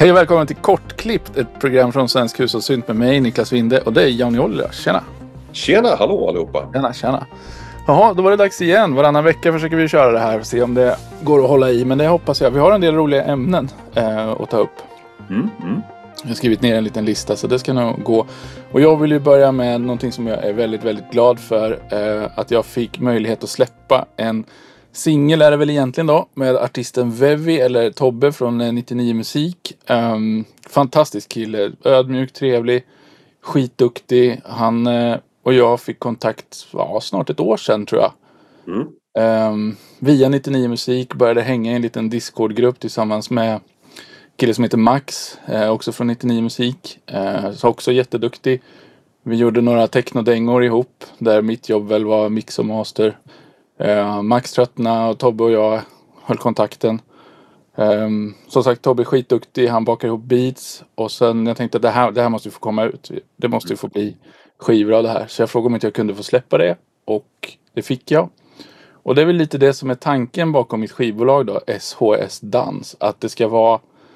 Hej och välkommen till Kortklippt, ett program från Svensk Hushållssynt med mig, Niklas Winde, och det är Jan Joller. Tjena! Tjena, hallå allihopa! Tjena! Jaha, då var det dags igen. Varannan vecka försöker vi köra det här och se om det går att hålla i, men det hoppas jag. Vi har en del roliga ämnen att ta upp. Jag har skrivit ner en liten lista, så det ska nog gå. Och jag vill ju börja med någonting som jag är väldigt, väldigt glad för. Att jag fick möjlighet att släppa en singel, är det väl egentligen då, med artisten Vevi eller Tobbe från 99 Musik. Fantastisk kille, ödmjuk, trevlig, skitduktig. Han och jag fick kontakt snart ett år sedan, tror jag. Via 99 Musik började hänga i en liten Discord-grupp tillsammans med kille som heter Max, också från 99 Musik, så också jätteduktig. Vi gjorde några technodängor ihop, där mitt jobb väl var mix och master. Max tröttna och Tobbe och jag höll kontakten. Som sagt, Tobbe är skitduktig, han bakar ihop beats. Och sen jag tänkte att det här måste ju få komma ut. Det måste ju få bli skivor av det här. Så jag frågade om inte jag kunde få släppa det, och det fick jag. Och det är väl lite det som är tanken bakom mitt skivbolag då, SHS Dans. Att det ska vara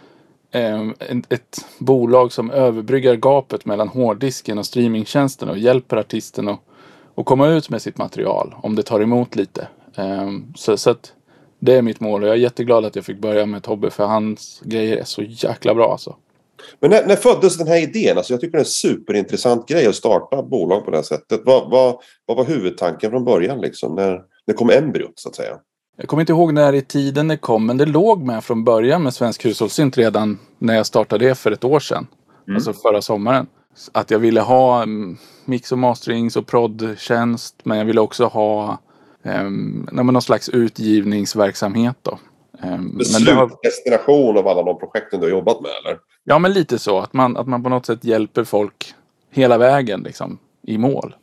ett bolag som överbryggar gapet mellan hårddisken och streamingtjänsten och hjälper artisten att komma ut med sitt material om det tar emot lite. Så att det är mitt mål, och jag är jätteglad att jag fick börja med Tobbe, för hans grejer är så jäkla bra alltså. Men när föddes den här idén? Alltså jag tycker det är en superintressant grej att starta bolag på det här sättet. Vad var huvudtanken från början liksom? När kom embryot så att säga? Jag kommer inte ihåg när i tiden det kom, men det låg med från början med Svensk Hushållssynt redan när jag startade det för ett år sedan. Alltså förra sommaren. Att jag ville ha mix och masterings och proddtjänst, men jag ville också ha någon slags utgivningsverksamhet då. Slutdestination av alla de projekten du har jobbat med, eller? Ja, men lite så. Att man på något sätt hjälper folk hela vägen liksom, i mål.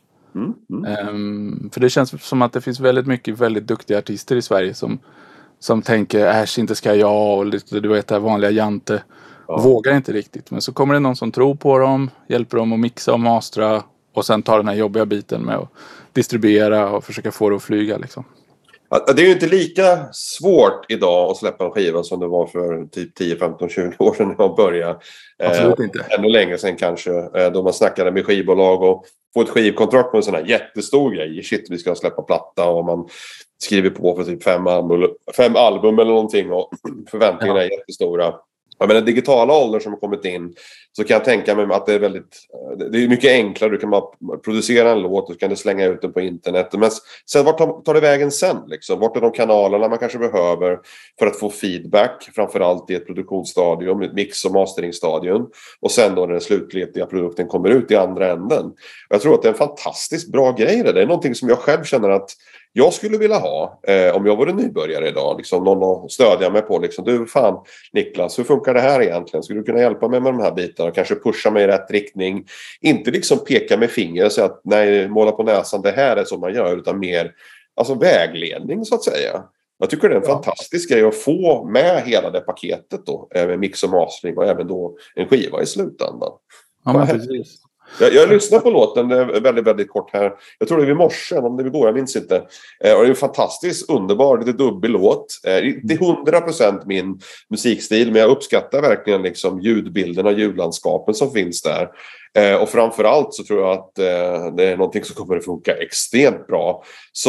För det känns som att det finns väldigt mycket väldigt duktiga artister i Sverige som tänker inte ska jag, och lite, du vet, det här vanliga jante. Vågar inte riktigt. Men så kommer det någon som tror på dem, hjälper dem att mixa och mastra, och sen tar den här jobbiga biten med att distribuera och försöka få det att flyga liksom. Det är ju inte lika svårt idag att släppa en skiva som det var för typ 10, 15, 20 år sedan när man började. Absolut inte. Ännu längre sedan kanske, då man snackade med skivbolag och få ett skivkontrakt på en sån här jättestor grej. Shit, vi ska släppa platta, och man skriver på för typ 5 album eller någonting, och förväntningarna är jättestora. Men den digitala åldern som har kommit in, så kan jag tänka mig att det är mycket enklare. Du kan bara producera en låt och så kan du slänga ut den på internet. Men sen vart tar det vägen sen liksom? Vart är de kanalerna man kanske behöver för att få feedback, framförallt i ett produktionsstadium, ett mix- och masteringstadium, och sen då när den slutliga produkten kommer ut i andra änden. Jag tror att det är en fantastiskt bra grej. Det är någonting som jag själv känner att jag skulle vilja ha om jag vore nybörjare idag. Liksom, någon att stödja mig på. Liksom, du fan Niklas, hur funkar det här egentligen? Skulle du kunna hjälpa mig med de här bitarna? Kanske pusha mig i rätt riktning. Inte liksom peka med finger och säga att nej, måla på näsan, det här är som man gör. Utan mer alltså vägledning så att säga. Jag tycker det är en fantastisk grej att få med hela det paketet då. Med mix och mastering och även då en skiva i slutändan. Ja, men precis. Jag lyssnar på låten väldigt, väldigt kort här. Jag tror det är vid morse, om det går, jag minns inte. Och det är en fantastiskt underbar, lite dubbel låt. Det är 100% min musikstil, men jag uppskattar verkligen liksom ljudbilderna, ljudlandskapen som finns där. Och framförallt så tror jag att det är någonting som kommer att funka extremt bra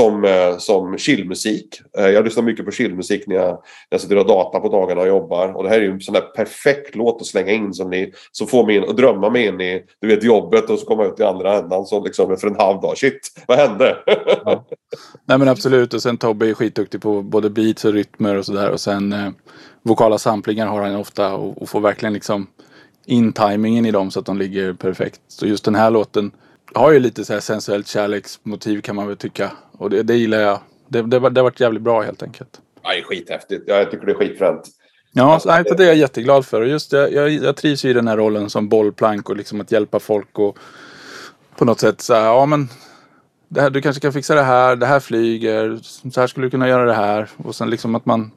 som chillmusik. Jag lyssnar mycket på chillmusik när jag sitter och datar på dagarna och jobbar. Och det här är ju en sån där perfekt låt att slänga in som får mig in och drömma mig in i, du vet, jobbet, och så kommer jag ut i andra ändan så liksom efter en halv dag. Shit, vad hände? Ja. Nej, men absolut. Och sen Tobbe är skitduktig på både beats och rytmer och sådär. Och sen vokala samplingar har han ofta, och får verkligen liksom in-timingen i dem så att de ligger perfekt. Så just den här låten har ju lite så här sensuellt kärleksmotiv, kan man väl tycka. Och det gillar jag. Det har varit jävligt bra helt enkelt. Ja, det är skithäftigt. Jag tycker det är skitfränt. Ja, så det är jag jätteglad för. Och just jag trivs ju i den här rollen som bollplank, och liksom att hjälpa folk och på något sätt så här, ja men det här, du kanske kan fixa det här flyger, så här skulle du kunna göra det här. Och sen liksom att man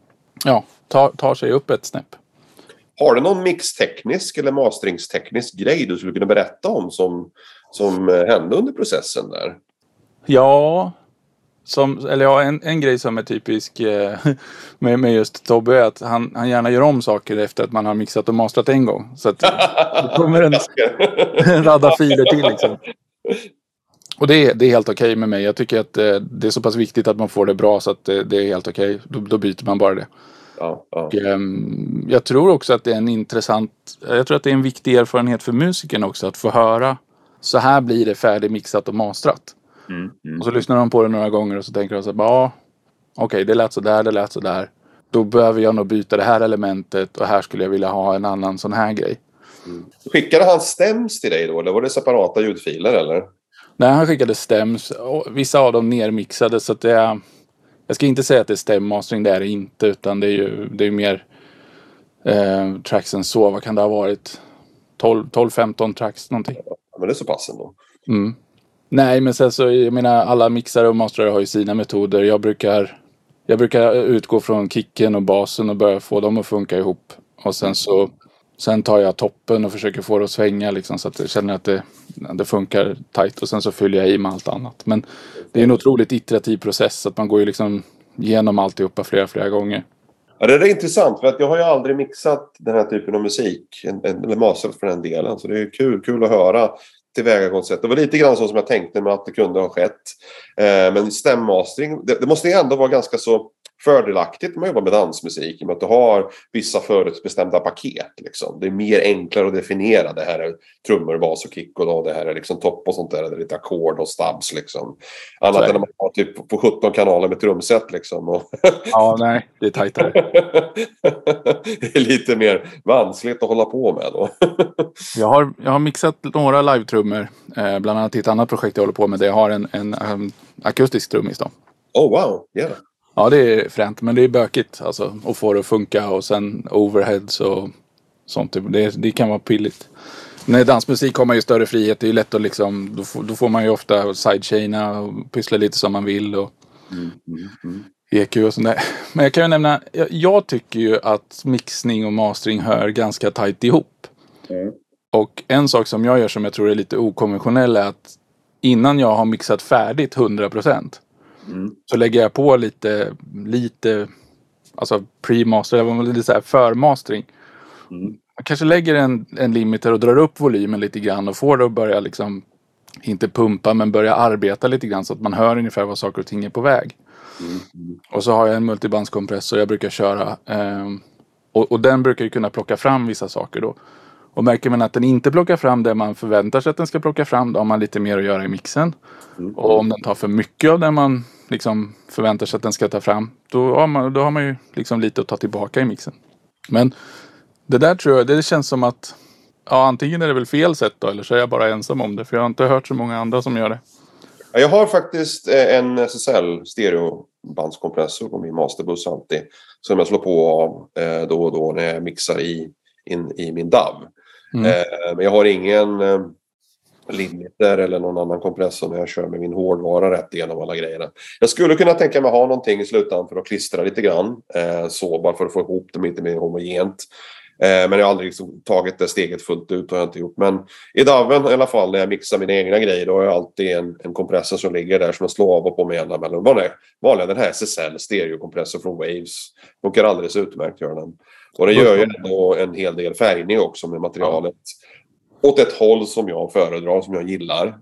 tar sig upp ett snäpp. Har du någon mixteknisk eller masteringsteknisk grej du skulle kunna berätta om som hände under processen där? Ja, En grej som är typisk med just Tobbe är att han gärna gör om saker efter att man har mixat och mastrat en gång. Så att det kommer en radda filer till liksom. Och det är helt okej med mig. Jag tycker att det är så pass viktigt att man får det bra så att det är helt okej. Då byter man bara det. Ja. Och, jag tror också att det är jag tror att det är en viktig erfarenhet för musiken också att få höra så här blir det färdigmixat och mastrat. Och så lyssnar de på det några gånger och så tänker de så här, okej, det lät så där. Då behöver jag nog byta det här elementet och här skulle jag vilja ha en annan sån här grej. Skickade han stäms till dig då? Eller var det separata ljudfiler eller? Nej, han skickade stäms. Vissa av dem nermixade så att det är... Jag ska inte säga att det är stämmastering, det är det inte. Utan det är mer tracks än så. Vad kan det ha varit? 12-15 tracks någonting. Ja, men det är så pass ändå. Nej, men sen så, jag menar, alla mixare och masterare har ju sina metoder. Jag brukar utgå från kicken och basen och börja få dem att funka ihop. Och sen tar jag toppen och försöker få det att svänga liksom, så att jag känner att det funkar tajt. Och sen så fyller jag i med allt annat. Men det är en otroligt iterativ process. Att man går ju liksom igenom alltihopa flera gånger. Ja, det är intressant för att jag har ju aldrig mixat den här typen av musik. Eller masterat för den delen. Så det är kul att höra tillvägagångssätt. Det var lite grann så som jag tänkte med att det kunde ha skett. Men stämmastering, det måste ju ändå vara ganska så fördelaktigt när man jobbar med dansmusik. Med att du har vissa förutbestämda paket. Liksom. Det är mer enklare att definiera. Det här är trummor, bas och kick. Och då det här är liksom topp och sånt där. Det är lite ackord och stabs liksom. Annat än när man har typ på 17 kanaler med trumset liksom. Ja, nej. Det är tajtare. Det är lite mer vanskligt att hålla på med då. Jag har mixat några live-trummor. Bland annat i ett annat projekt jag håller på med. Där jag har en akustisk trummis då. Oh wow, yeah. Ja, det är fränt, men det är bökigt alltså, att få det att funka och sen overheads och sånt. Det kan vara pilligt. När dansmusik har man ju större frihet. Det är ju lätt att liksom, då får man ju ofta sidechaina och pyssla lite som man vill och EQ och sånt där. Men jag kan ju nämna, jag tycker ju att mixning och mastering hör ganska tajt ihop. Och en sak som jag gör som jag tror är lite okonventionell är att innan jag har mixat färdigt 100%. Så lägger jag på lite alltså pre-master, eller lite så här förmastering. Man kanske lägger en limiter och drar upp volymen lite grann och får det att börja liksom, inte pumpa men börja arbeta lite grann så att man hör ungefär vad saker och ting är på väg. Och så har jag en multibandskompressor jag brukar köra och den brukar ju kunna plocka fram vissa saker då. Och märker man att den inte plockar fram det man förväntar sig att den ska plocka fram, då har man lite mer att göra i mixen. Och om den tar för mycket av det man liksom förväntar sig att den ska ta fram, då har man ju liksom lite att ta tillbaka i mixen. Men det där tror jag, det känns som att antingen är det väl fel sätt då, eller så är jag bara ensam om det. För jag har inte hört så många andra som gör det. Jag har faktiskt en SSL stereobandskompressor på min masterbuss alltid. Som jag slår på av då och då när jag mixar i min DAW. Men jag har ingen limiter eller någon annan kompressor när jag kör med min hårdvara rätt igenom alla grejerna. Jag skulle kunna tänka mig ha någonting i slutändan för att klistra lite grann. Så bara för att få ihop dem lite mer homogent. Men jag har aldrig liksom tagit det steget fullt ut och har jag inte gjort. Men i DAWen i alla fall när jag mixar mina egna grejer, då har jag alltid en kompressor som ligger där som jag slår av och på med ena mellan. Vanliga den här SSL stereokompressor från Waves. Funkar alldeles utmärkt gör den. Och det gör ju ändå en hel del färgning också med materialet. Åt ett håll som jag föredrar, som jag gillar.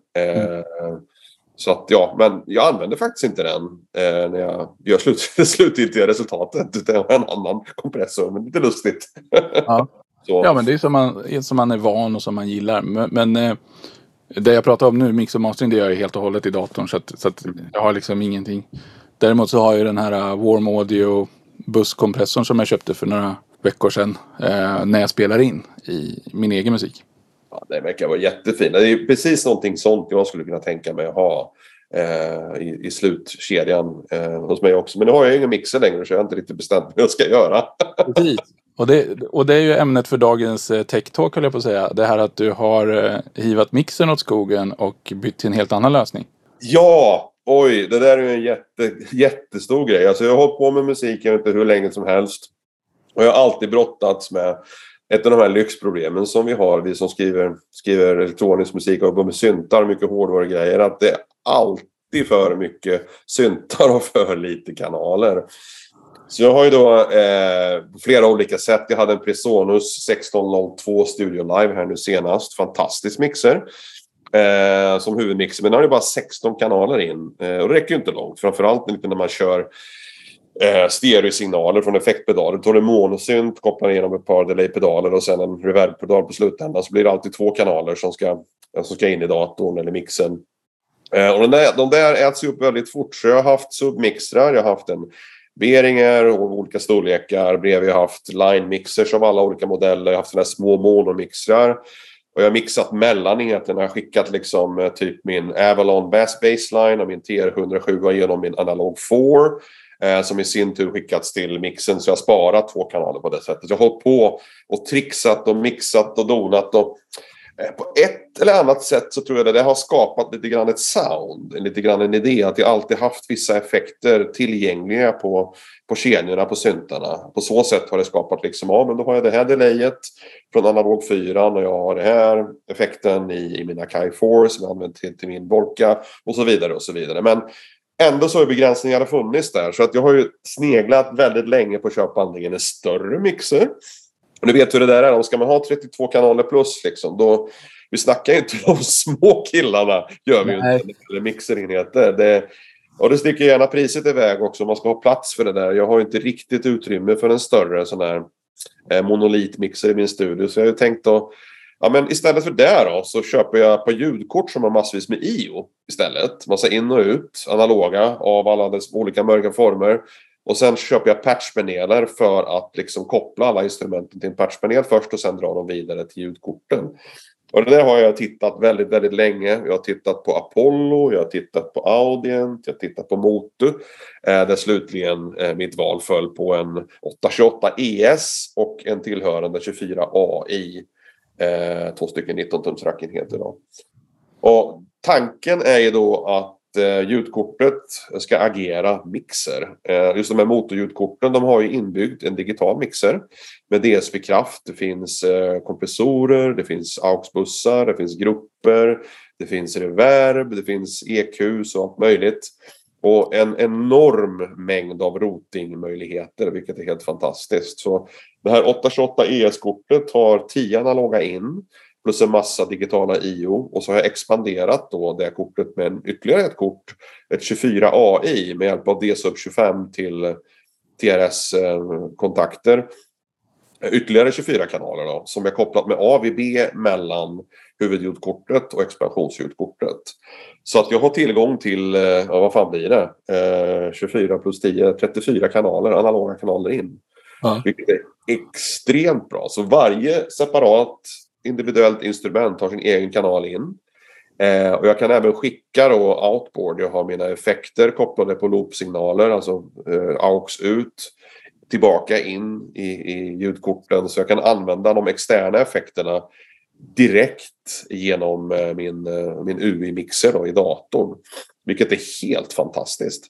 Så att men jag använder faktiskt inte den när jag gör slutgiltiga resultatet. Utan jag har en annan kompressor, men lite lustigt. Ja, men det är som man är van och som man gillar. Men det jag pratar om nu, mix och mastering, det gör jag helt och hållet i datorn. Så att jag har liksom ingenting. Däremot så har jag den här Warm Audio busskompressorn som jag köpte för några veckor sedan. När jag spelar in i min egen musik. Ja, det verkar vara jättefint. Det är precis någonting sånt jag skulle kunna tänka mig att ha i slutkedjan hos mig också. Men nu har jag ingen mixer längre så jag har inte riktigt bestämt vad jag ska göra. Precis. Och det är ju ämnet för dagens Tech Talk, höll jag på att säga. Det här att du har hivat mixern åt skogen och bytt till en helt annan lösning. Ja, oj, det där är ju en jättestor grej. Alltså jag har hållit på med musik, jag vet inte hur länge som helst. Och jag har alltid brottats med ett av de här lyxproblemen som vi har, vi som skriver elektronisk musik och jobbar med syntar, mycket hårdvarugrejer, att det alltid alltid för mycket syntar och för lite kanaler. Så jag har ju då flera olika sätt. Jag hade en Presonus 1602 Studio Live här nu senast. Fantastisk mixer. Som huvudmixer. Men den har ju bara 16 kanaler in. Och det räcker ju inte långt. Framförallt inte när man kör stereosignaler från effektpedaler. Tar du monosynt, kopplar igenom ett par delay-pedaler och sen en reverb-pedal på slutändan, så blir det alltid 2 kanaler som ska in i datorn eller mixen. Och de där äts upp väldigt fort. Så jag har haft submixrar, jag har haft en Behringer och olika storlekar. Bredvid jag har haft line-mixers av alla olika modeller. Jag har haft såna här små monomixrar. Och jag har mixat mellanheterna. Jag har skickat liksom typ min Avalon Bass Baseline och min TR-107 genom min Analog 4. Som i sin tur skickats till mixen. Så jag har sparat 2 kanaler på det sättet. Jag har hållit på och trixat och mixat och donat. Och på ett eller annat sätt så tror jag det har skapat lite grann ett sound. Lite grann en idé att jag alltid haft vissa effekter tillgängliga på kedjorna på syntarna. På så sätt har det skapat liksom, men då har jag det här delayet från Analog 4 och jag har det här effekten i mina Kai 4 som jag använt till min Volca och så vidare och så vidare. Men ändå så är begränsningar funnits där. Så att jag har ju sneglat väldigt länge på att köpa antingen en större mixer. Och du vet hur det där är. Om ska man ha 32 kanaler plus liksom, då vi snackar inte de små killarna. Gör vi ju inte. Eller mixerenheter. Och det sticker gärna priset iväg också om man ska ha plats för det där. Jag har ju inte riktigt utrymme för en större sån här monolitmixer i min studio. Så jag har ju tänkt att men istället för det då så köper jag på ljudkort som har massvis med IO istället. Massa in och ut, analoga av alla dess olika mörka former. Och sen köper jag patchpaneler för att liksom koppla alla instrumenten till en patchpanel först och sen dra dem vidare till ljudkorten. Och det där har jag tittat väldigt, väldigt länge. Jag har tittat på Apollo, jag har tittat på Audient, jag har tittat på Motu. Där slutligen mitt val föll på en 828 ES och en tillhörande 24 AI. 2 stycken 19-tums rackenheter då. Och tanken är ju då att ljudkortet ska agera mixer. Just de här motorljudkorten, de har ju inbyggt en digital mixer med DSP-kraft. Det finns kompressorer, det finns AUX-bussar, det finns grupper, det finns reverb, det finns EQs och allt möjligt. Och en enorm mängd av routingmöjligheter, vilket är helt fantastiskt. Så det här 828 ES-kortet har 10 analoga in plus en massa digitala IO. Och så har jag expanderat då det kortet med ytterligare ett kort. Ett 24 AI med hjälp av D-Sub 25 till TRS-kontakter. Ytterligare 24 kanaler då, som är kopplat med AVB mellan huvudljudkortet och expansionsljudkortet. Så att jag har tillgång till, vad fan blir det? 24 plus 10, 34 kanaler, analoga kanaler in. Ja. Vilket är extremt bra. Så varje separat individuellt instrument har sin egen kanal in. Och jag kan även skicka då outboard. Jag har mina effekter kopplade på loopsignaler, alltså AUX ut, tillbaka in i ljudkorten. Så jag kan använda de externa effekterna direkt genom min UI-mixer då i datorn. Vilket är helt fantastiskt.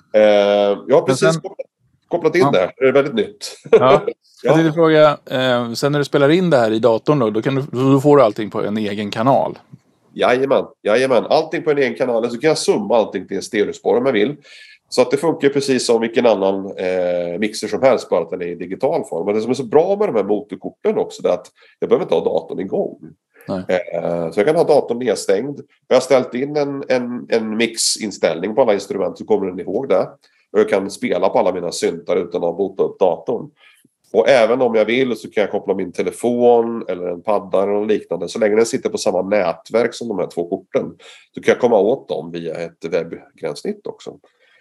Jag har precis kopplat in det. Det är väldigt nytt. Ja. Jag tänkte fråga, sen när du spelar in det här i datorn då får du allting på en egen kanal. Jajamän. Allting på en egen kanal. Så kan jag summa allting till en stereospår om jag vill. Så att det funkar precis som vilken annan mixer som helst, bara att den är i digital form. Men det som är så bra med de här motorkorten också är att jag behöver inte ha datorn igång. Så jag kan ha datorn nedstängd. Jag har ställt in en mixinställning på alla instrument så kommer den ihåg det. Och jag kan spela på alla mina syntar utan att bota upp datorn. Och även om jag vill så kan jag koppla min telefon eller en padda eller något liknande. Så länge den sitter på samma nätverk som de här 2 korten så kan jag komma åt dem via ett webbgränssnitt också.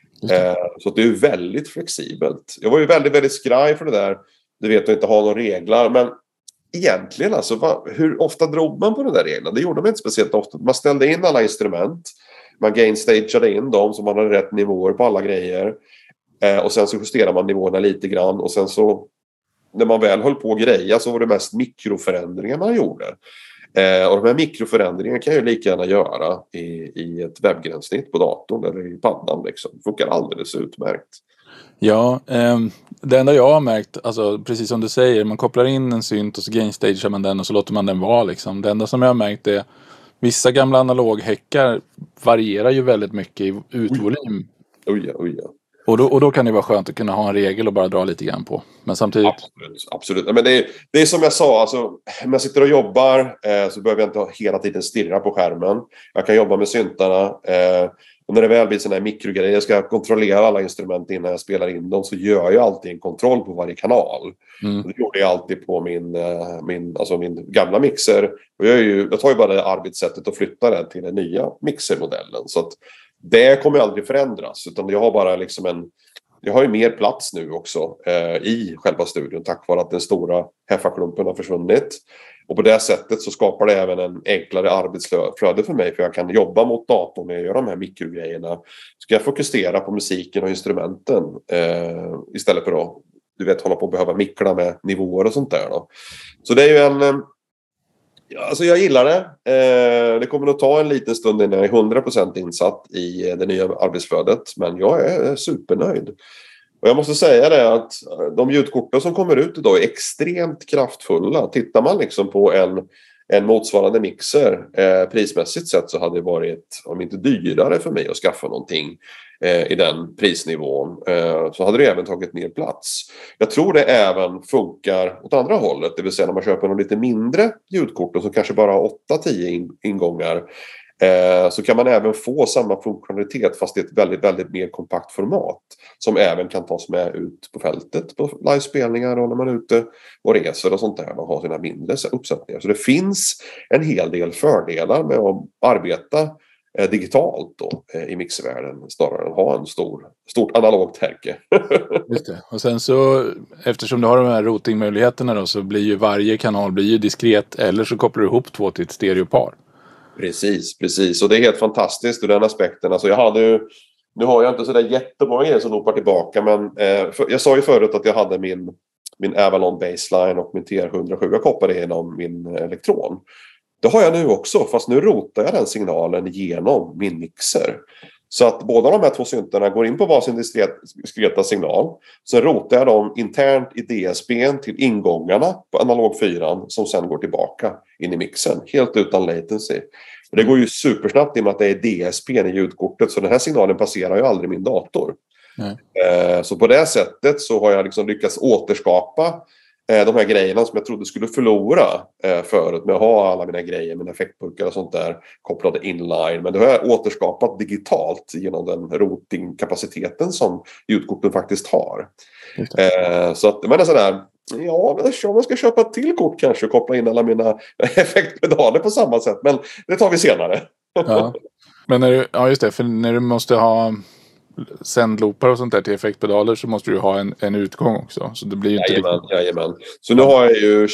Så det är väldigt flexibelt. Jag var ju väldigt, väldigt skraj för det där. Du vet att inte ha några regler. Men egentligen alltså, hur ofta drog man på de där reglerna? Det gjorde man inte speciellt ofta. Man ställde in alla instrument. Man gainstageade in dem så man hade rätt nivåer på alla grejer. Och sen så justerade man nivåerna lite grann. Och sen så när man väl höll på att greja så var det mest mikroförändringar man gjorde. Och de här mikroförändringarna kan jag lika gärna göra i ett webbgränssnitt på datorn eller i paddan. Liksom. Det funkar alldeles utmärkt. Ja, det enda jag har märkt, alltså precis som du säger, man kopplar in en synt och så gainstagear man den och så låter man den vara liksom. Det enda som jag har märkt är Vissa gamla analoghäckar varierar ju väldigt mycket i utvolym. Oj, ja. Och då kan det vara skönt att kunna ha en regel och bara dra lite grann på. Men samtidigt... Absolut. Men det är som jag sa, alltså, om jag sitter och jobbar så behöver jag inte hela tiden stirra på skärmen. Jag kan jobba med syntarna. Och när det väl blir sådana här mikrogrejer, jag ska kontrollera alla instrument innan jag spelar in dem, så gör jag alltid en kontroll på varje kanal. Det gjorde jag alltid på min gamla mixer. Och jag tar ju bara det arbetssättet och flyttar det till den nya mixermodellen. Så att det kommer aldrig förändras, utan jag har bara liksom jag har ju mer plats nu också i själva studion tack vare att den stora heffaklumpen har försvunnit. Och på det sättet så skapar det även en enklare arbetsflöde för mig, för jag kan jobba mot datorn när jag gör de här mikrogrejerna. Så kan jag fokusera på musiken och instrumenten istället för att hålla på att behöva mickla med nivåer och sånt där då. Så det är ju alltså jag gillar det. Det kommer nog ta en liten stund innan jag är 100% insatt i det nya arbetsflödet. Men jag är supernöjd. Och jag måste säga det att de ljudkorten som kommer ut idag är extremt kraftfulla. Tittar man liksom på en motsvarande mixer prismässigt sett, så hade det varit, om inte dyrare för mig att skaffa någonting i den prisnivån, så hade det även tagit mer plats. Jag tror det även funkar åt andra hållet, det vill säga när man köper någon lite mindre ljudkort som kanske bara har 8-10 ingångar, så kan man även få samma funktionalitet fast i ett väldigt, väldigt mer kompakt format som även kan tas med ut på fältet på livespelningar och när man är ute och reser och sånt där och har sina mindre uppsättningar. Så det finns en hel del fördelar med att arbeta digitalt då, i mixvärlden snarare än ha en stort analogt härke. Just det. Och sen så, eftersom du har de här routingmöjligheterna då, så blir ju varje kanal diskret, eller så kopplar du ihop två till ett stereopar. Precis. Och det är helt fantastiskt ur den aspekten. Alltså nu har jag inte så där jättemånga grejer som loopar tillbaka, men jag sa ju förut att jag hade min Avalon Baseline och min TR-107 jag kopplade genom min elektron. Det har jag nu också, fast nu rotar jag den signalen genom min mixer. Så att båda de här två syntarna går in på varsin diskreta signal. Sen rotar jag dem internt i DSP:n till ingångarna på analog 4 som sen går tillbaka in i mixen. Helt utan latency. Det går ju supersnabbt i och med att det är DSP:n i ljudkortet. Så den här signalen passerar ju aldrig min dator. Så på det sättet så har jag liksom lyckats återskapa de här grejerna som jag trodde skulle förlora förut med att ha alla mina grejer, mina effektburkar och sånt där kopplade inline. Men det har jag återskapat digitalt genom den routingkapaciteten som ljudkorten faktiskt har. Så att man är sådär, om man ska köpa ett till kort kanske och koppla in alla mina effektpedaler på samma sätt. Men det tar vi senare. Ja, men just det, för när du måste ha sändloopar och sånt där till effektpedaler så måste du ha en utgång också. Så det blir ju inte Jajamän. Så nu har jag ju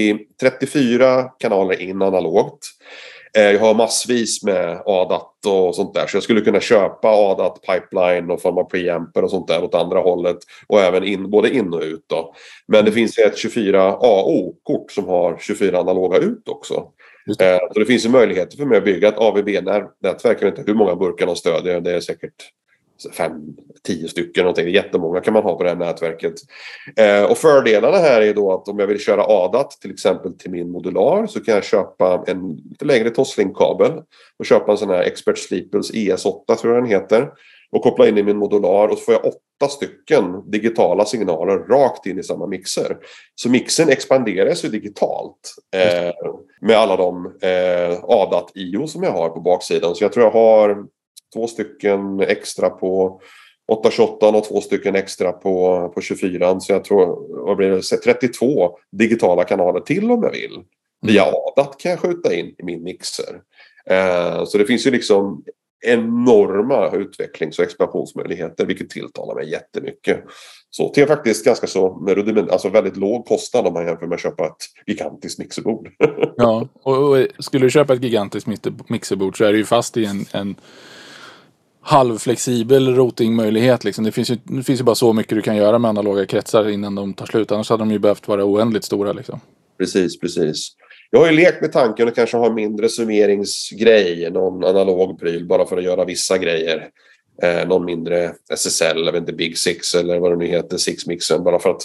34 kanaler in analogt. Jag har massvis med ADAT och sånt där. Så jag skulle kunna köpa ADAT pipeline och forma preamper och sånt där åt andra hållet. Och även både in och ut då. Men det finns ett 24 AO-kort som har 24 analoga ut också. Så det finns ju möjligheter för mig att bygga ett AVB-nätverk. Jag vet inte hur många burkar de stödjer. Det är säkert 5-10 stycken någonting. Jättemånga kan man ha på det här nätverket. Och fördelarna här är då att om jag vill köra ADAT till exempel till min modular, så kan jag köpa en lite längre Toslink-kabel och köpa en sån här Expert Sleeples ES8 tror jag den heter, och koppla in i min modular, och så får jag 8 stycken digitala signaler rakt in i samma mixer. Så mixen expanderas ju digitalt med alla de ADAT-IO som jag har på baksidan. Så jag tror jag har 2 stycken extra på 828 och 2 stycken extra på 24. Så jag tror, vad blir det, 32 digitala kanaler till om jag vill. Via ADAT kan jag skjuta in i min mixer. Så det finns ju liksom enorma utvecklings- och expansionsmöjligheter, vilket tilltalar mig jättemycket. Så till faktiskt ganska så alltså väldigt låg kostnad om man jämför med att köpa ett gigantiskt mixerbord. Ja, och skulle du köpa ett gigantiskt mixerbord så är det ju fast i en halvflexibel routingmöjlighet liksom. Det finns ju bara så mycket du kan göra med analoga kretsar innan de tar slut. Annars hade de ju behövt vara oändligt stora liksom. Precis. Jag har ju lekt med tanken att kanske ha en mindre summeringsgrej, någon analog pryl bara för att göra vissa grejer. Någon mindre SSL, jag vet inte, Big Six eller vad det nu heter, Six-mixen, bara för att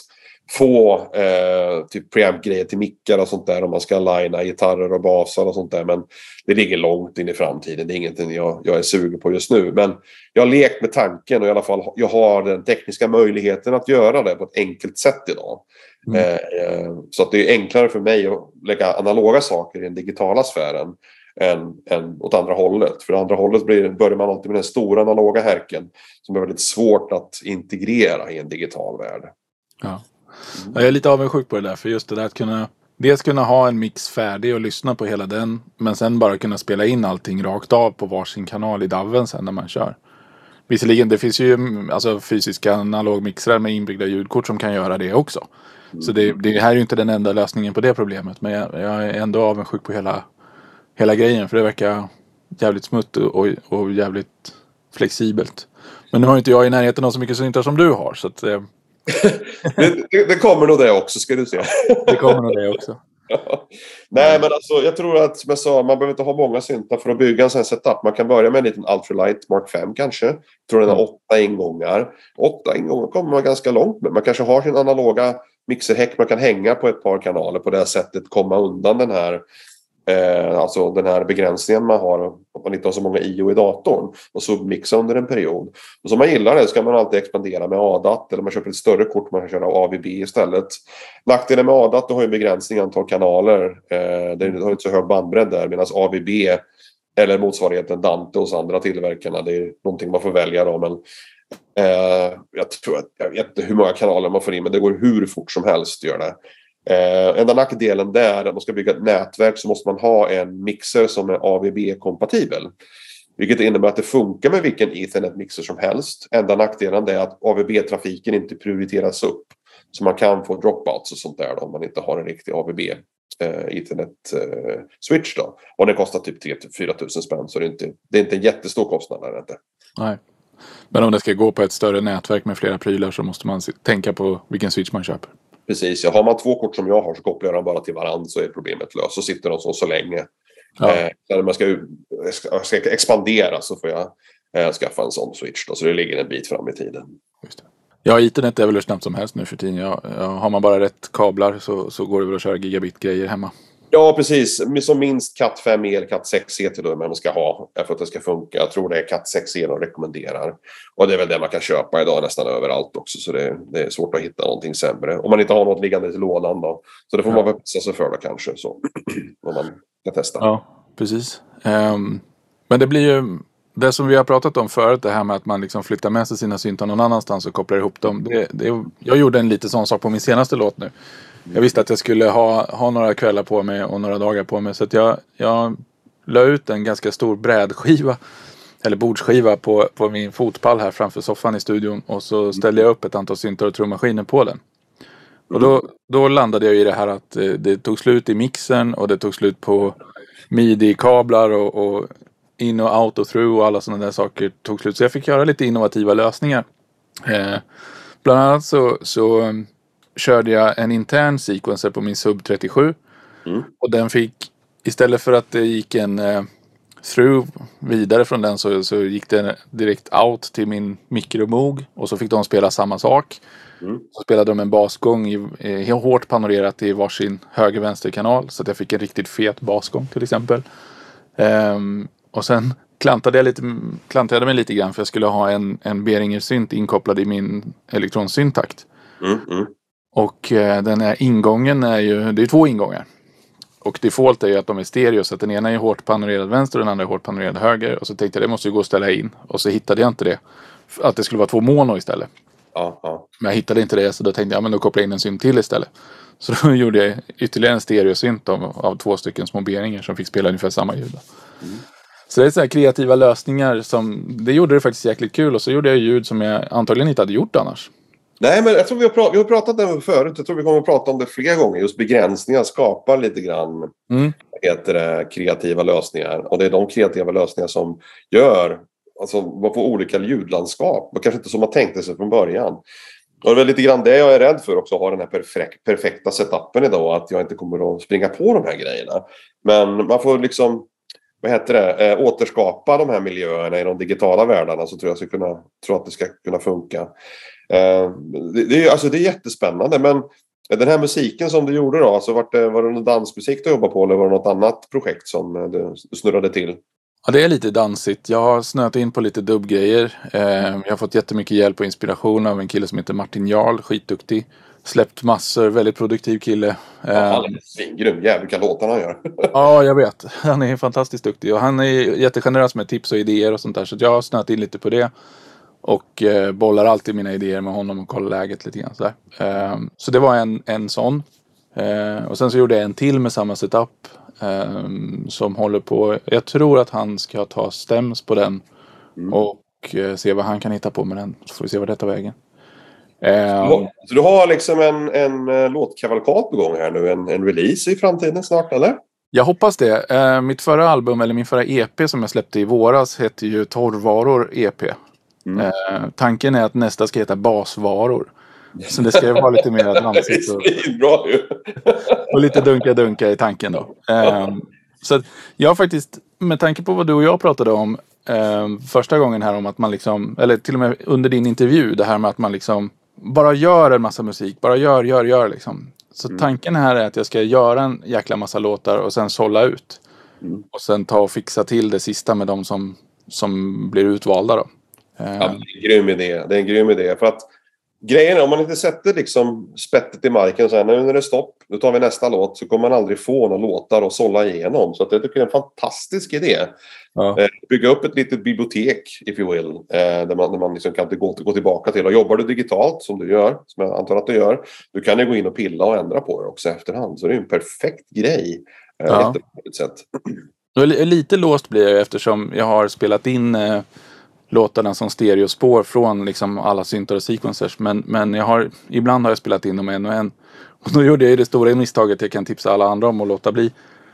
få typ preamp-grejer till mickar och sånt där om man ska linea gitarrer och basar och sånt där. Men det ligger långt in i framtiden. Det är ingenting jag är sugen på just nu. Men jag har lekt med tanken och i alla fall jag har den tekniska möjligheten att göra det på ett enkelt sätt idag. Så att det är enklare för mig att lägga analoga saker i den digitala sfären än åt andra hållet. För andra hållet börjar man alltid med den stora analoga härken som är väldigt svårt att integrera i en digital värld. Ja. Jag är lite avundsjuk på det där, för just det där att kunna ha en mix färdig och lyssna på hela den, men sen bara kunna spela in allting rakt av på varsin kanal i DAW:en sen när man kör. Visserligen, det finns ju alltså fysiska analogmixrar med inbyggda ljudkort som kan göra det också. Så det här är ju inte den enda lösningen på det problemet, men jag är ändå avundsjuk på hela grejen, för det verkar jävligt smutt och jävligt flexibelt. Men nu har inte jag i närheten av så mycket syntar som du har, så att det kommer nog det också, ska du se. Det kommer nog det också. Nej, men alltså jag tror att, som jag sa, man behöver inte ha många syntar för att bygga en sån setup. Man kan börja med en liten Ultralight Mark 5 kanske. Jag tror den har 8 ingångar. 8 ingångar kommer man ganska långt med. Man kanske har sin analoga mixerhäck man kan hänga på ett par kanaler, på det sättet komma undan den här alltså den här begränsningen man har, att man inte har så många IO i datorn, och så mixa under en period. Och så om man gillar det så kan man alltid expandera med ADAT, eller man köper ett större kort man kan köra AVB istället. Nackdelen med ADAT, då har ju begränsning i antal kanaler, det har inte så hög bandbredd där, medan AVB eller motsvarigheten Dante hos andra tillverkarna, det är någonting man får välja då, men jag vet inte hur många kanaler man får in, men det går hur fort som helst gör det. Enda nackdelen där, att man ska bygga ett nätverk, så måste man ha en mixer som är AVB-kompatibel. Vilket innebär att det funkar med vilken Ethernet-mixer som helst. Enda nackdelen är att AVB-trafiken inte prioriteras upp. Så man kan få dropouts och sånt där då, om man inte har en riktig AVB Ethernet-switch då. Och den kostar typ 3-4 tusen spänn, så det är inte en jättestor kostnad där inte. Nej. Men om det ska gå på ett större nätverk med flera prylar, så måste man tänka på vilken switch man köper. Precis, har man 2 kort som jag har, så kopplar de bara till varandra, så är problemet löst. Så sitter de så länge. Ja. När man ska expandera, så får jag skaffa en sån switch då, så det ligger en bit fram i tiden. Just det. Ja, internet är väl hur snabbt som helst nu för tiden. Har man bara rätt kablar så går det väl att köra gigabit-grejer hemma. Ja, precis. Som minst Cat 5e eller Cat 6e till och med man ska ha för att det ska funka. Jag tror det är Cat 6e de rekommenderar. Och det är väl det man kan köpa idag nästan överallt också. Så det är svårt att hitta någonting sämre. Om man inte har något liggande till lådan då. Så det får man väl passa sig för då kanske. Så. Om man kan testa. Ja, precis. Men det blir ju det som vi har pratat om förut. Det här med att man liksom flyttar med sig sina syntar någon annanstans och kopplar ihop dem. Jag gjorde en lite sån sak på min senaste låt nu. Jag visste att jag skulle ha några kvällar på mig och några dagar på mig. Så att jag la ut en ganska stor brädskiva, eller bordsskiva på min fotpall här framför soffan i studion. Och så ställde jag upp ett antal syntar och trummaskiner på den. Och då landade jag i det här att det tog slut i mixern och det tog slut på midi-kablar och in och out och through och alla sådana där saker tog slut. Så jag fick göra lite innovativa lösningar. Bland annat så körde jag en intern sequencer på min Sub 37. Och den fick, istället för att det gick en through vidare från den, så gick det direkt out till min mikromog. Och så fick de spela samma sak. Så spelade de en basgång hårt panorerat i varsin höger-vänster-kanal. Så att jag fick en riktigt fet basgång till exempel. Och sen klantade jag mig lite grann, för jag skulle ha en Behringer-synt inkopplad i min elektronsyntakt. Och den här ingången det är 2 ingångar. Och default är ju att de är stereo, så att den ena är hårt panorerad vänster och den andra är hårt panorerad höger. Och så tänkte jag, det måste ju gå att ställa in. Och så hittade jag inte det. Att det skulle vara 2 mono istället. Men jag hittade inte det, så då tänkte jag, men då kopplar jag in en synt till istället. Så då gjorde jag ytterligare en stereosynt av 2 stycken små Behringer som fick spela ungefär samma ljud. Så det är så här kreativa lösningar det gjorde det faktiskt jäkligt kul. Och så gjorde jag ljud som jag antagligen inte hade gjort annars. Nej, men jag tror vi har pratat om det förut. Jag tror vi kommer att prata om det fler gånger. Just begränsningar skapar lite grann kreativa lösningar. Och det är de kreativa lösningar som gör, alltså man får olika ljudlandskap. Man kanske inte som man tänkte sig från början. Och det är väl lite grann det jag är rädd för också, att ha den här perfekta setupen idag. Att jag inte kommer att springa på de här grejerna. Men man får liksom återskapa de här miljöerna i de digitala världarna, så tror jag att det ska kunna funka. Det är jättespännande, men den här musiken som du gjorde då, alltså var det någon dansmusik du jobbade på, eller var det något annat projekt som du snurrade till? Ja, det är lite dansigt. Jag har snöat in på lite dubbgrejer. Jag har fått jättemycket hjälp och inspiration av en kille som heter Martin Jarl, skitduktig. Släppt massor, väldigt produktiv kille. Han är svingrym, jävligt vilka låtar han gör. Ja, jag vet. Han är fantastiskt duktig och han är jättegenerös med tips och idéer och sånt där. Så jag har snöat in lite på det. Och bollar alltid mina idéer med honom och kollar läget lite grann. Så det var en sån. Och sen så gjorde jag en till med samma setup. Som håller på. Jag tror att han ska ta stäms på den. Och se vad han kan hitta på med den. Så får vi se vad detta vägen. Så du har liksom en låtkavalkad på gång här nu. En release i framtiden snart, eller? Jag hoppas det. Mitt förra album, eller min förra EP som jag släppte i våras, heter ju Torrvaror EP. Tanken är att nästa ska heta Basvaror. Så det ska vara lite mer dansigt och lite dunka i tanken då. Så jag faktiskt, med tanke på vad du och jag pratade om första gången här, om att man liksom, eller till och med under din intervju, det här med att man liksom bara gör en massa musik, bara gör liksom. Så tanken här är att jag ska göra en jäkla massa låtar och sen sålla ut. Och sen ta och fixa till det sista med de som blir utvalda då. Ja, det är en grym idé. För att grejen är, om man inte sätter liksom spettet i marken så här, nu när det är stopp, då tar vi nästa låt, så kommer man aldrig få några låtar att sålla igenom. Så att jag tycker det är en fantastisk idé. Ja. Bygga upp ett litet bibliotek, if you will, där man liksom kan gå tillbaka till. Och jobbar du digitalt som du gör, som jag antar att du gör, du kan ju gå in och pilla och ändra på det också efterhand. Så det är en perfekt grej. Sätt. Lite låst blir jag eftersom jag har spelat in låtarna som stereospår från liksom alla syntar och sequencers. Men ibland har jag spelat in dem en och en. Och då gjorde jag det stora misstaget jag kan tipsa alla andra om att låta bli.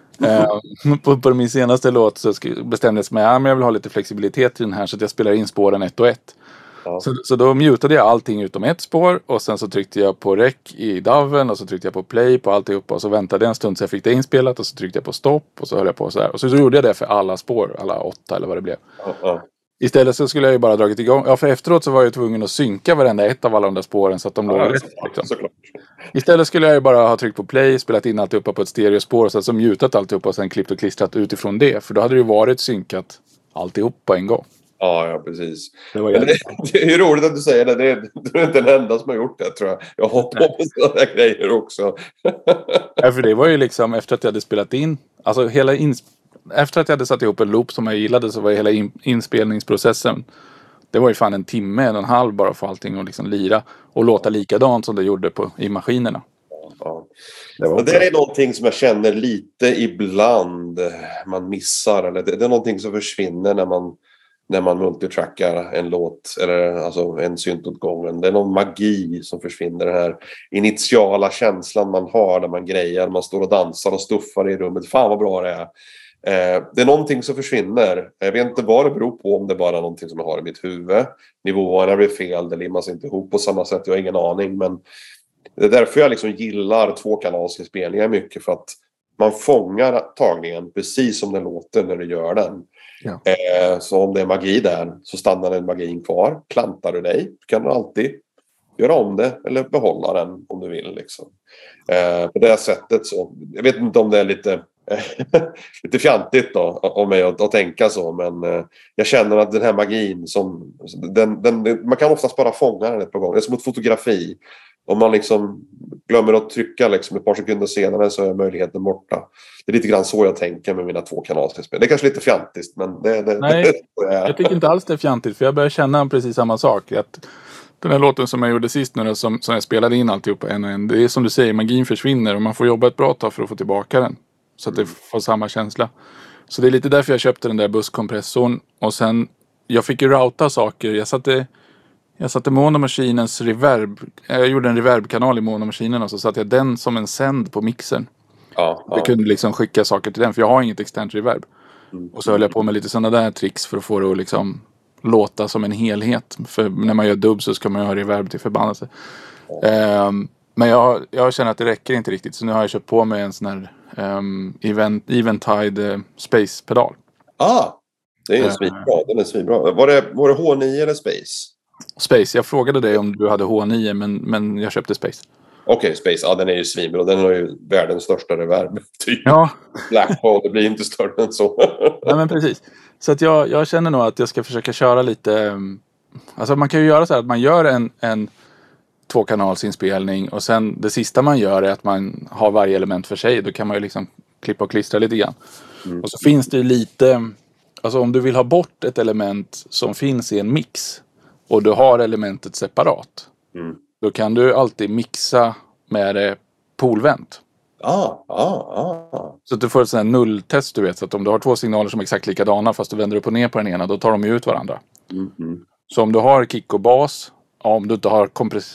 På min senaste låt så bestämde jag mig att jag vill ha lite flexibilitet i den här, så att jag spelar in spåren ett och ett. Ja. Så då mutade jag allting utom ett spår, och sen så tryckte jag på rec i DAW:en och så tryckte jag på play på alltihopa, och så väntade jag en stund så jag fick det inspelat, och så tryckte jag på stopp och så höll jag på så här. Och så gjorde jag det för alla spår, alla 8 eller vad det blev. Istället så skulle jag ju bara dragit igång. Ja, för efteråt så var jag tvungen att synka varenda ett av alla de där spåren så att de låg rätt. Liksom. Istället skulle jag ju bara ha tryckt på play, spelat in alltihopa på ett stereospår och sen så mutat alltihopa och sen klippt och klistrat utifrån det. För då hade det ju varit synkat alltihop på en gång. Ja, precis. Det är ju roligt att du säger det. Du är inte den enda som har gjort det, tror jag. Jag hoppar på sådana grejer också. Ja, för det var ju liksom efter att jag hade spelat in. Alltså efter att jag hade satt ihop en loop som jag gillade, så var ju hela inspelningsprocessen. Det var ju fan 1 timme, 1,5 bara för allting och liksom lira. Och låta likadant som det gjorde i maskinerna. Ja. Det är någonting som jag känner lite ibland man missar. Eller det är någonting som försvinner när man multitrackar en låt, eller alltså en synt åt gången. Det är någon magi som försvinner, den här initiala känslan man har när man grejer, man står och dansar och stuffar i rummet. Fan vad bra det är. Det är någonting som försvinner. Jag vet inte vad det beror på, om det är bara någonting som jag har i mitt huvud. Nivåerna blir fel, det limmas inte ihop på samma sätt, jag har ingen aning. Men det är därför jag liksom gillar tvåkanalsinspelningar mycket, för att man fångar tagningen precis som den låter när du gör den. Ja. Så om det är magi där, så stannar den magin kvar. Klantar du dig, kan du alltid göra om det eller behålla den om du vill. Liksom. På det sättet så, jag vet inte om det är lite fjantigt då, om mig att tänka så, men jag känner att den här magin som man kan oftast bara fånga den ett par gånger. Det är som ett fotografi. Om man liksom glömmer att trycka liksom ett par sekunder senare, så är möjligheten borta. Det är lite grann så jag tänker med mina tvåkanalsspel. Det är kanske lite fjantigt, men Nej, jag tycker inte alls det är fjantigt, för jag börjar känna precis samma sak. Att den här låten som jag gjorde sist nu, som jag spelade in alltihop en och en, det är som du säger, magin försvinner och man får jobba ett bra tag för att få tillbaka den. Så att det får samma känsla. Så det är lite därför jag köpte den där busskompressorn. Och sen, jag fick ju routa saker. Jag satte monomaskinens reverb. Jag gjorde en reverbkanal i monomaskinen, och så satte jag den som en sänd på mixern. Jag kunde liksom skicka saker till den, för jag har inget externt reverb. Och så höll jag på med lite sådana där tricks för att få det att liksom låta som en helhet. För när man gör dubb så ska man ju ha reverb till förbannelse. Men jag känner att det räcker inte riktigt. Så nu har jag köpt på mig en sån här Eventide Space-pedal. Det är en svinbra. Den är svinbra. Var det H9 eller Space? Space. Jag frågade dig om du hade H9, men jag köpte Space. Okej, Space. Ja, den är ju svinbra. Den har ju världens största reverb. Typ. Ja. Blackhole, det blir inte större än så. Nej, men precis. Så att jag känner nog att jag ska försöka köra lite... Alltså man kan ju göra så här att man gör en 2-kanalsinspelning och sen det sista man gör är att man har varje element för sig. Då kan man ju liksom klippa och klistra lite grann. Och så finns det ju lite... Alltså om du vill ha bort ett element som finns i en mix och du har elementet separat. Då kan du alltid mixa med det poolvänt. Så att du får ett sånt här nulltest, du vet. Så att om du har 2 signaler som är exakt likadana fast du vänder upp och ner på den ena, då tar de ju ut varandra. Så om du har kick och bas, om du inte har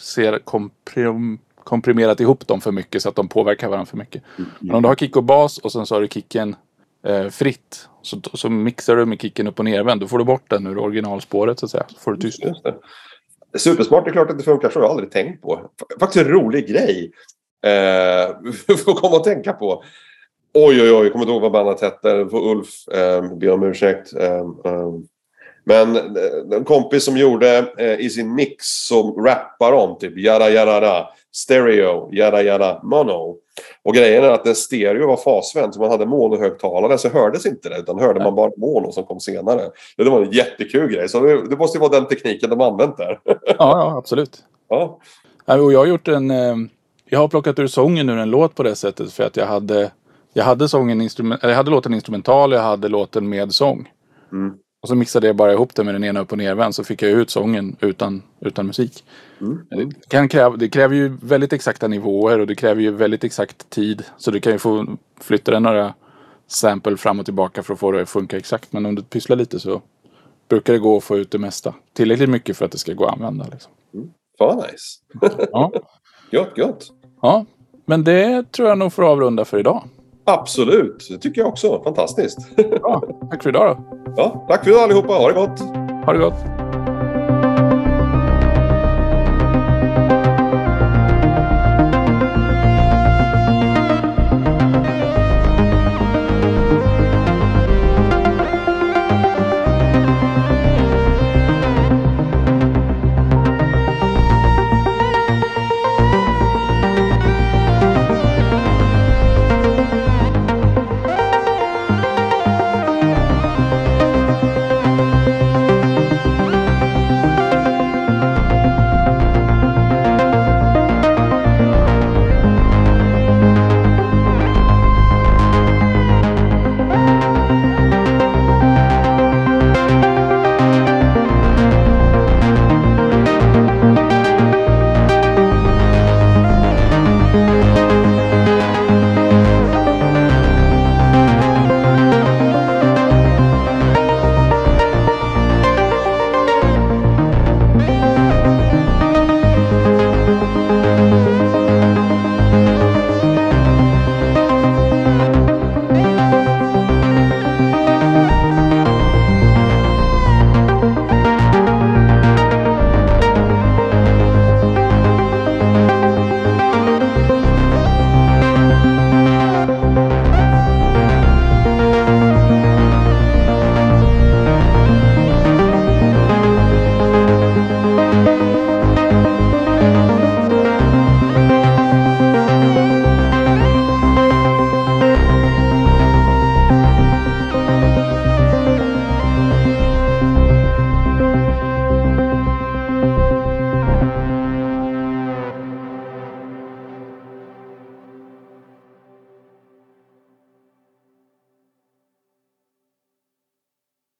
komprimerat ihop dem för mycket så att de påverkar varandra för mycket. Men om du har kick och bas och sen så har du kicken fritt, så mixar du med kicken upp och nervänd, då får du bort den ur originalspåret så att säga. Så får du tyst. Just det. Supersmart, det är klart att det funkar, så jag har aldrig tänkt på. Faktiskt en rolig grej. Får komma och tänka på. Oj, jag kommer inte ihåg vad bandet hette. För Ulf, be om ursäkt. Men en kompis som gjorde i sin mix som rappar om typ yada yada stereo, yada yada mono. Och grejen är att den stereo var fasvänd, så man hade monohögtalare, så hördes inte det, utan hörde man bara mono som kom senare. Det var en jättekul grej, så det måste ju vara den tekniken de använt där. Ja, absolut. Ja. Och jag har gjort jag har plockat ur sången ur en låt på det sättet, för att jag hade låten instrumental, jag hade låten med sång. Och så mixade jag bara ihop det med den ena upp och nervänd, så fick jag ut sången utan musik. Det kräver ju väldigt exakta nivåer och det kräver ju väldigt exakt tid. Så du kan ju få flytta den några sample fram och tillbaka för att få det att funka exakt. Men om du pysslar lite så brukar det gå att få ut det mesta. Tillräckligt mycket för att det ska gå att använda. Liksom. Fan nice. Ja. Gött. Ja, men det tror jag nog får avrunda för idag. Absolut, det tycker jag också. Fantastiskt. Ja, tack för idag då. Ja, tack för idag allihopa. Ha det gott. Ha det gott.